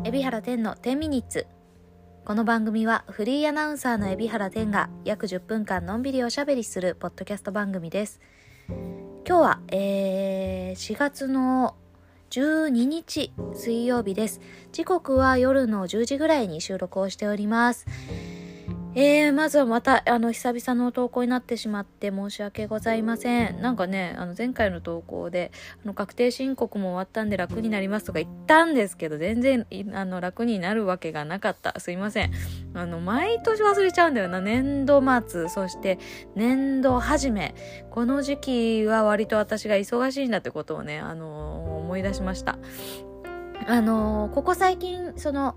海老原天の10ミニッツ。この番組はフリーアナウンサーの海老原天が約10分間のんびりおしゃべりするポッドキャスト番組です。今日は、4月の12日水曜日です。時刻は夜の10時ぐらいに収録をしております。まずはまた久々の投稿になってしまって申し訳ございません。なんかね、前回の投稿で確定申告も終わったんで楽になりますとか言ったんですけど、全然楽になるわけがなかった。すいません。毎年忘れちゃうんだよな。年度末、そして年度始め、この時期は割と私が忙しいんだってことをね、思い出しました。ここ最近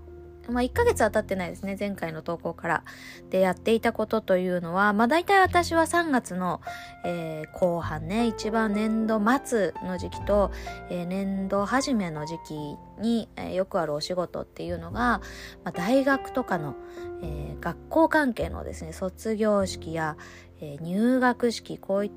1ヶ月は経ってないですね。前回の投稿からでやっていたことというのは、大体私は3月の、後半ね、一番年度末の時期と、年度始めの時期に、よくあるお仕事っていうのが、大学とかの、学校関係のですね、卒業式や、入学式、こういった、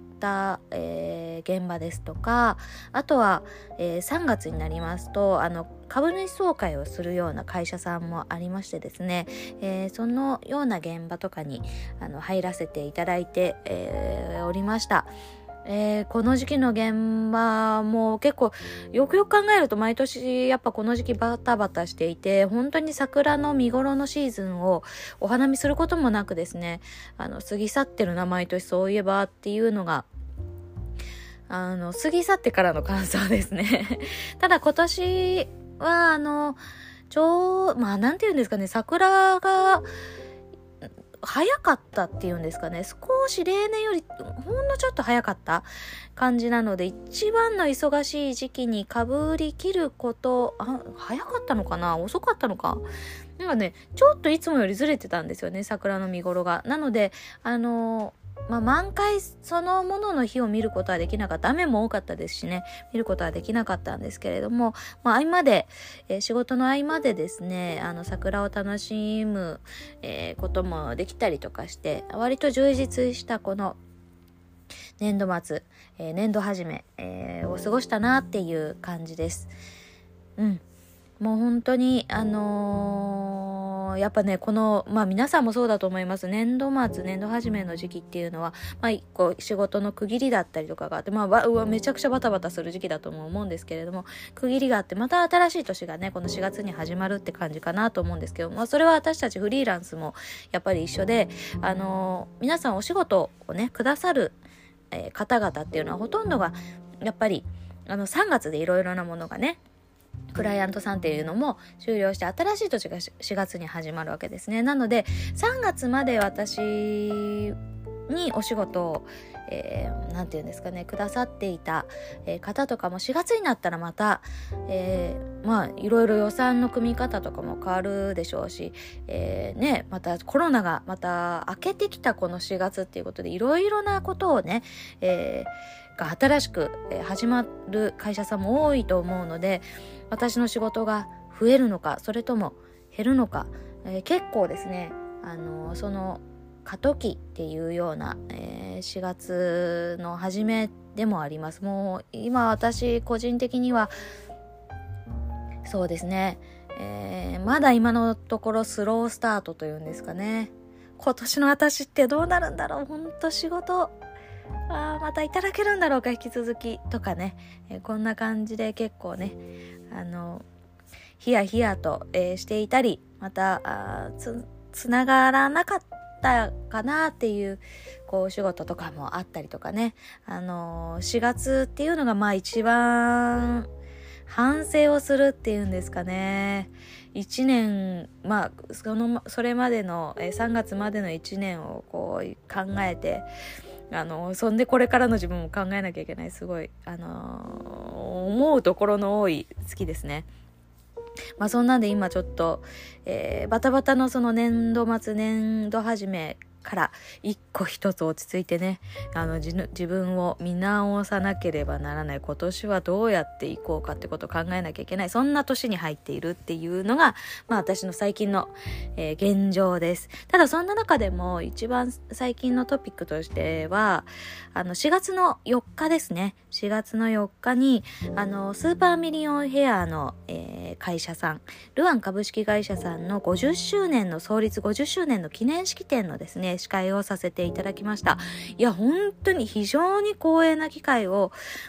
現場ですとか、あとは、3月になりますと株主総会をするような会社さんもありましてですね、そのような現場とかに入らせていただいて、おりました。この時期の現場も結構よくよく考えると毎年やっぱこの時期バタバタしていて、本当に桜の見頃のシーズンをお花見することもなくですね、過ぎ去ってるな毎年そういえばっていうのが過ぎ去ってからの感想ですねただ今年はなんていうんですかね、桜が早かったっていうんですかね、少し例年よりほんのちょっと早かった感じなので、一番の忙しい時期にかぶりきること早かったのかな、遅かったのか、なんかね、ちょっといつもよりずれてたんですよね、桜の見頃が。なので満開そのものの日を見ることはできなかった。雨も多かったですしね、見ることはできなかったんですけれども、合間で、仕事の合間でですね、桜を楽しむ、こともできたりとかして、割と充実したこの年度末、年度始め、を過ごしたなっていう感じです。もう本当にやっぱね、この皆さんもそうだと思います。年度末、年度始めの時期っていうのは一個仕事の区切りだったりとかがあって、めちゃくちゃバタバタする時期だとも思うんですけれども、区切りがあってまた新しい年がね、この4月に始まるって感じかなと思うんですけど、それは私たちフリーランスもやっぱり一緒で、皆さんお仕事をねくださる、方々っていうのはほとんどがやっぱり3月でいろいろなものがね、クライアントさんっていうのも終了して新しい年が4月に始まるわけですね。なので3月まで私にお仕事を、なんていうんですかね、くださっていた、方とかも4月になったらまた、いろいろ予算の組み方とかも変わるでしょうし、またコロナがまた明けてきたこの4月っていうことで、いろいろなことをね、が新しく始まる会社さんも多いと思うので、私の仕事が増えるのかそれとも減るのか、結構ですねその過渡期っていうような、4月の初めでもあります。もう今私個人的にはそうですね、まだ今のところスロースタートというんですかね。今年の私ってどうなるんだろう、ほんと仕事またいただけるんだろうか引き続きとかね、こんな感じで結構ねヒヤヒヤと、していたり、またつながらなかったかなっていうお仕事とかもあったりとかね、4月っていうのが一番反省をするっていうんですかね。1年それまでの3月までの1年をこう考えて、そんでこれからの自分も考えなきゃいけない、すごい思うところの多い月ですね。そんなんで今ちょっと、バタバタのその年度末年度始めから一個一つ落ち着いてね、自分を見直さなければならない。今年はどうやっていこうかってことを考えなきゃいけない。そんな年に入っているっていうのが、私の最近の、現状です。ただそんな中でも一番最近のトピックとしては、4月の4日ですね。4月の4日に、スーパーミリオンヘアの、会社さん、ルアン株式会社さんの50周年の創立50周年の記念式典のですね、司会をさせていただきました。いや、本当に非常に光栄な機会を、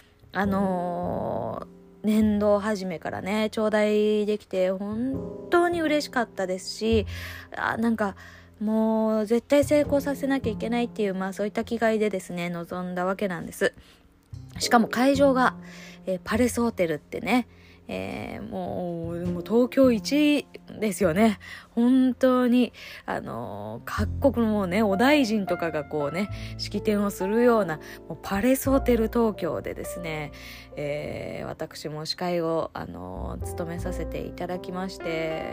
年度初めからね、頂戴できて本当に嬉しかったですし、なんかもう絶対成功させなきゃいけないっていう、そういった気概でですね、臨んだわけなんです。しかも会場が、パレスホテルってね、もう東京一ですよね。本当に各国のもうね、お大臣とかがこうね、式典をするようなもうパレスホテル東京でですね、私も司会を務めさせていただきまして、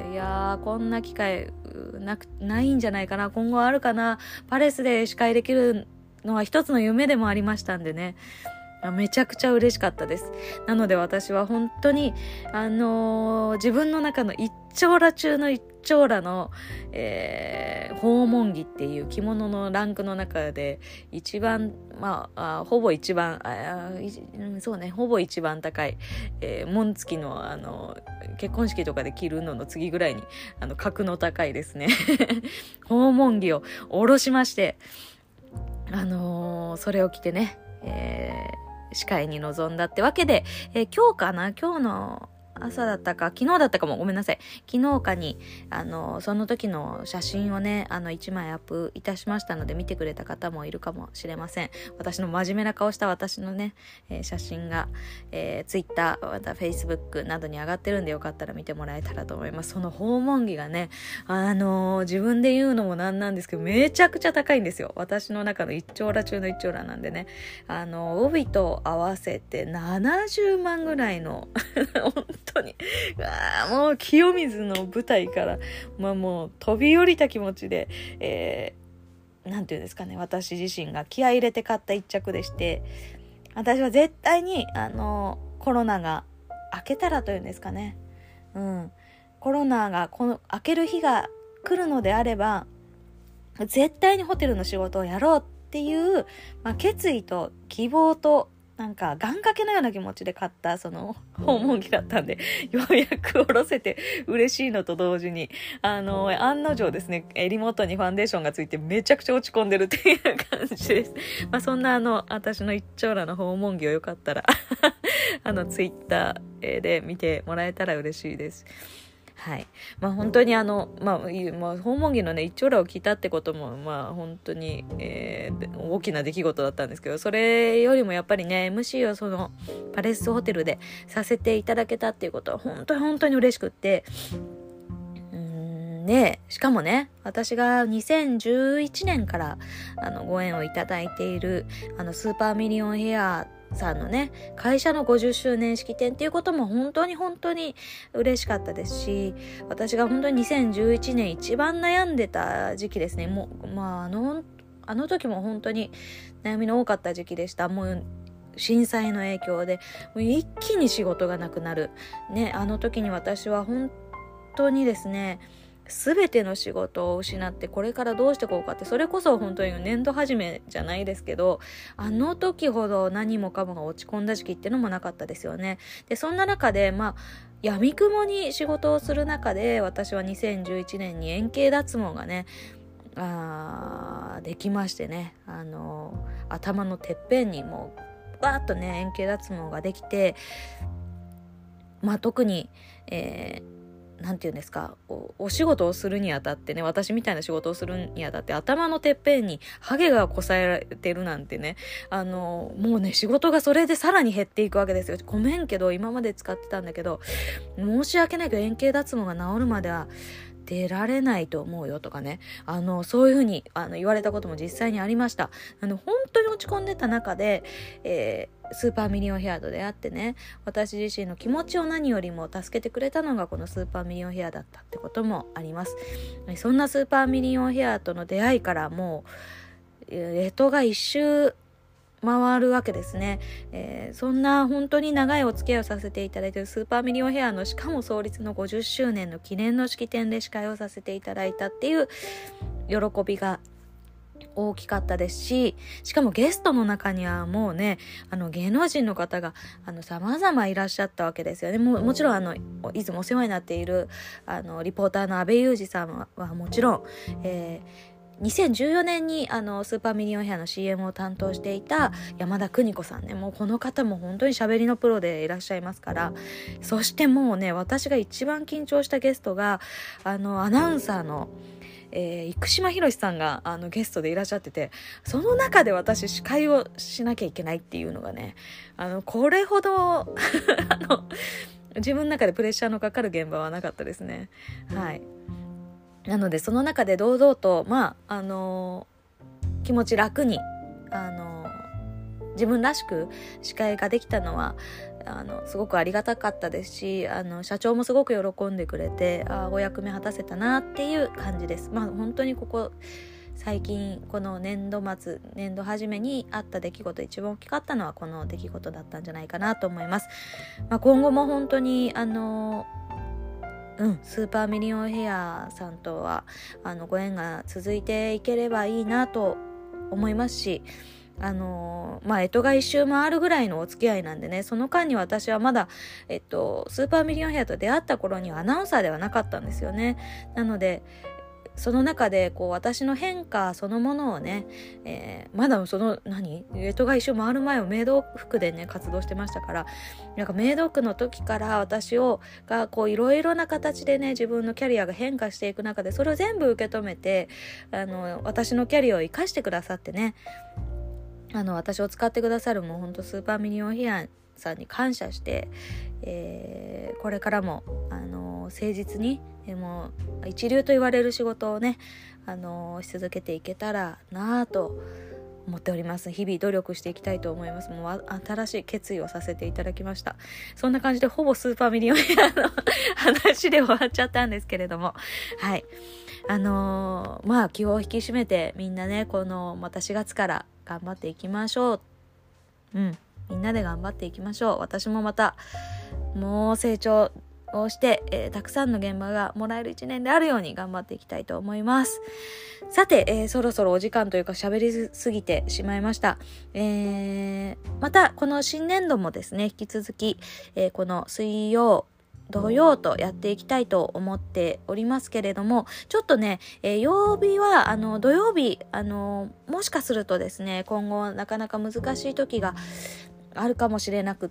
いやー、こんな機会ないんじゃないかな、今後あるかな。パレスで司会できるのは一つの夢でもありましたんでね、めちゃくちゃ嬉しかったです。なので私は本当に自分の中の一長羅中の一長羅の、訪問着っていう着物のランクの中で一番ほぼ一番そうね、ほぼ一番高い、紋付きの結婚式とかで着るのの次ぐらいに格の高いですね訪問着を下ろしまして、それを着てね、司会に臨んだってわけで、今日の朝だったか昨日だったかも、ごめんなさい、昨日かにその時の写真をね1枚アップいたしましたので、見てくれた方もいるかもしれません。私の真面目な顔した私のね、写真が、Twitter また Facebook などに上がってるんで、よかったら見てもらえたらと思います。その訪問着がね、自分で言うのもなんなんですけど、めちゃくちゃ高いんですよ。私の中の一長羅中の一長羅なんでね、帯と合わせて70万ぐらいの本当にもう清水の舞台から、もう飛び降りた気持ちで、なんていうんですかね、私自身が気合い入れて買った一着でして、私は絶対にコロナが明けたらというんですかね、コロナが明ける日が来るのであれば絶対にホテルの仕事をやろうっていう、決意と希望となんか願掛けのような気持ちで買ったその訪問着だったんで、ようやく下ろせて嬉しいのと同時に案の定ですね、襟元にファンデーションがついてめちゃくちゃ落ち込んでるっていう感じです。そんな私の一長羅の訪問着をよかったらツイッターで見てもらえたら嬉しいです。はい。本当に訪問着のね、一長羅を着たってことも、本当に、大きな出来事だったんですけど、それよりもやっぱりね、MC をそのパレスホテルでさせていただけたっていうことは本当に嬉しくって、しかもね、私が2011年からご縁をいただいているスーパーミリオンヘアさんのね、会社の50周年式典っていうことも本当に嬉しかったですし、私が本当に2011年一番悩んでた時期ですね。もうあの時も本当に悩みの多かった時期でした。もう震災の影響でもう一気に仕事がなくなるね。あの時に私は本当にですね、すべての仕事を失って、これからどうしてこうかって、それこそ本当に年度始めじゃないですけど、あの時ほど何もかもが落ち込んだ時期ってのもなかったですよね。でそんな中で闇雲に仕事をする中で、私は2011年に円形脱毛がねできましてね、頭のてっぺんにもうバーッとね円形脱毛ができて、特になんていうんですか、お仕事をするにあたってね、私みたいな仕事をするにあたって頭のてっぺんにハゲがこさえられてるなんてね、もうね仕事がそれでさらに減っていくわけですよ。ごめんけど今まで使ってたんだけど、申し訳ないけど円形脱毛が治るまでは出られないと思うよとかね、そういうふうに言われたことも実際にありました。本当に落ち込んでた中で、スーパーミリオンヘアと出会ってね、私自身の気持ちを何よりも助けてくれたのがこのスーパーミリオンヘアだったってこともあります。そんなスーパーミリオンヘアとの出会いからもう干支が一周回るわけですね。そんな本当に長いお付き合いをさせていただいているスーパーミリオンヘアの、しかも創立の50周年の記念の式典で司会をさせていただいたっていう喜びが大きかったですし、しかもゲストの中にはもうね、芸能人の方が様々いらっしゃったわけですよね。もちろんいつもお世話になっているリポーターの安部裕二さんはもちろん、2014年にスーパーミリオンヘアの CM を担当していた山田邦子さんね、もうこの方も本当に喋りのプロでいらっしゃいますから。そしてもうね、私が一番緊張したゲストがアナウンサーの生島博さんがゲストでいらっしゃってて、その中で私司会をしなきゃいけないっていうのがね、これほど自分の中でプレッシャーのかかる現場はなかったですね。はい。なのでその中で堂々と気持ち楽に自分らしく司会ができたのはすごくありがたかったですし、社長もすごく喜んでくれて、お役目果たせたなっていう感じです。本当にここ最近この年度末年度初めにあった出来事、一番大きかったのはこの出来事だったんじゃないかなと思います。今後も本当にスーパーミリオンヘアさんとはご縁が続いていければいいなと思いますし、干支が一周回るぐらいのお付き合いなんでね、その間に私はまだスーパーミリオンヘアと出会った頃にはアナウンサーではなかったんですよね。なのでその中で私の変化そのものをね、まだ干支が一周回る前をメイド服でね活動してましたから、なんかメイド服の時から私がいろいろな形でね、自分のキャリアが変化していく中でそれを全部受け止めて私のキャリアを生かしてくださってね、私を使ってくださるもうほんとスーパーミリオンヘアさんに感謝して、これからも誠実にもう一流と言われる仕事をねし続けていけたらなぁと思っております。日々努力していきたいと思います。もう新しい決意をさせていただきました。そんな感じでほぼスーパーミリオンヘアの話で終わっちゃったんですけれども、はい、気を引き締めてみんなねまた4月から頑張っていきましょう。みんなで頑張っていきましょう。私もまたもう成長をして、たくさんの現場がもらえる1年であるように頑張っていきたいと思います。さて、そろそろお時間というか喋りすぎてしまいました。またこの新年度もですね、引き続き、この水曜土曜とやっていきたいと思っておりますけれども、ちょっとね、曜日は土曜日もしかするとですね、今後なかなか難しい時があるかもしれなくって、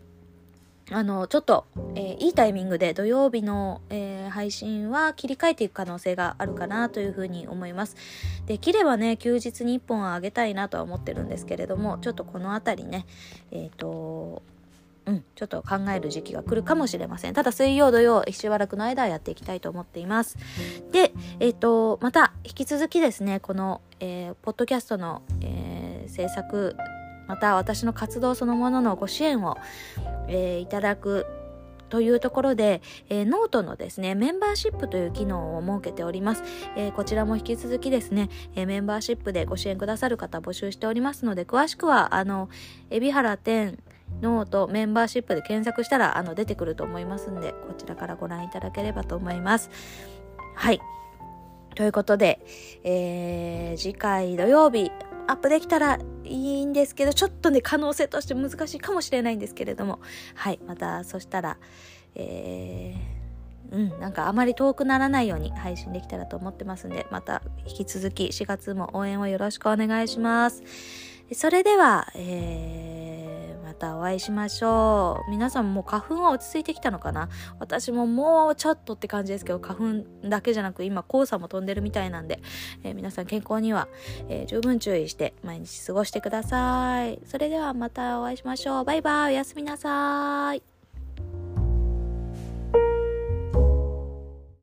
ちょっと、いいタイミングで土曜日の、配信は切り替えていく可能性があるかなというふうに思います。できればね、休日に1本はあげたいなとは思ってるんですけれども、ちょっとこのあたりね、ちょっと考える時期が来るかもしれません。ただ水曜土曜しばらくの間はやっていきたいと思っています。で、また引き続きですね、この、ポッドキャストの、制作、また私の活動そのもののご支援を、いただくというところで、ノートのですねメンバーシップという機能を設けております。こちらも引き続きですね、メンバーシップでご支援くださる方募集しておりますので、詳しくは海老原店ノートメンバーシップで検索したら出てくると思いますんで、こちらからご覧いただければと思います。はい、ということで、次回土曜日アップできたらいいんですけど、ちょっとね可能性として難しいかもしれないんですけれども、はい、またそしたらなんかあまり遠くならないように配信できたらと思ってますんで、また引き続き4月も応援をよろしくお願いします。それでは、またお会いしましょう。皆さんもう花粉は落ち着いてきたのかな？私ももうちょっとって感じですけど、花粉だけじゃなく今黄砂も飛んでるみたいなんで、皆さん健康には、十分注意して毎日過ごしてください。それではまたお会いしましょう。バイバイ。おやすみなさい。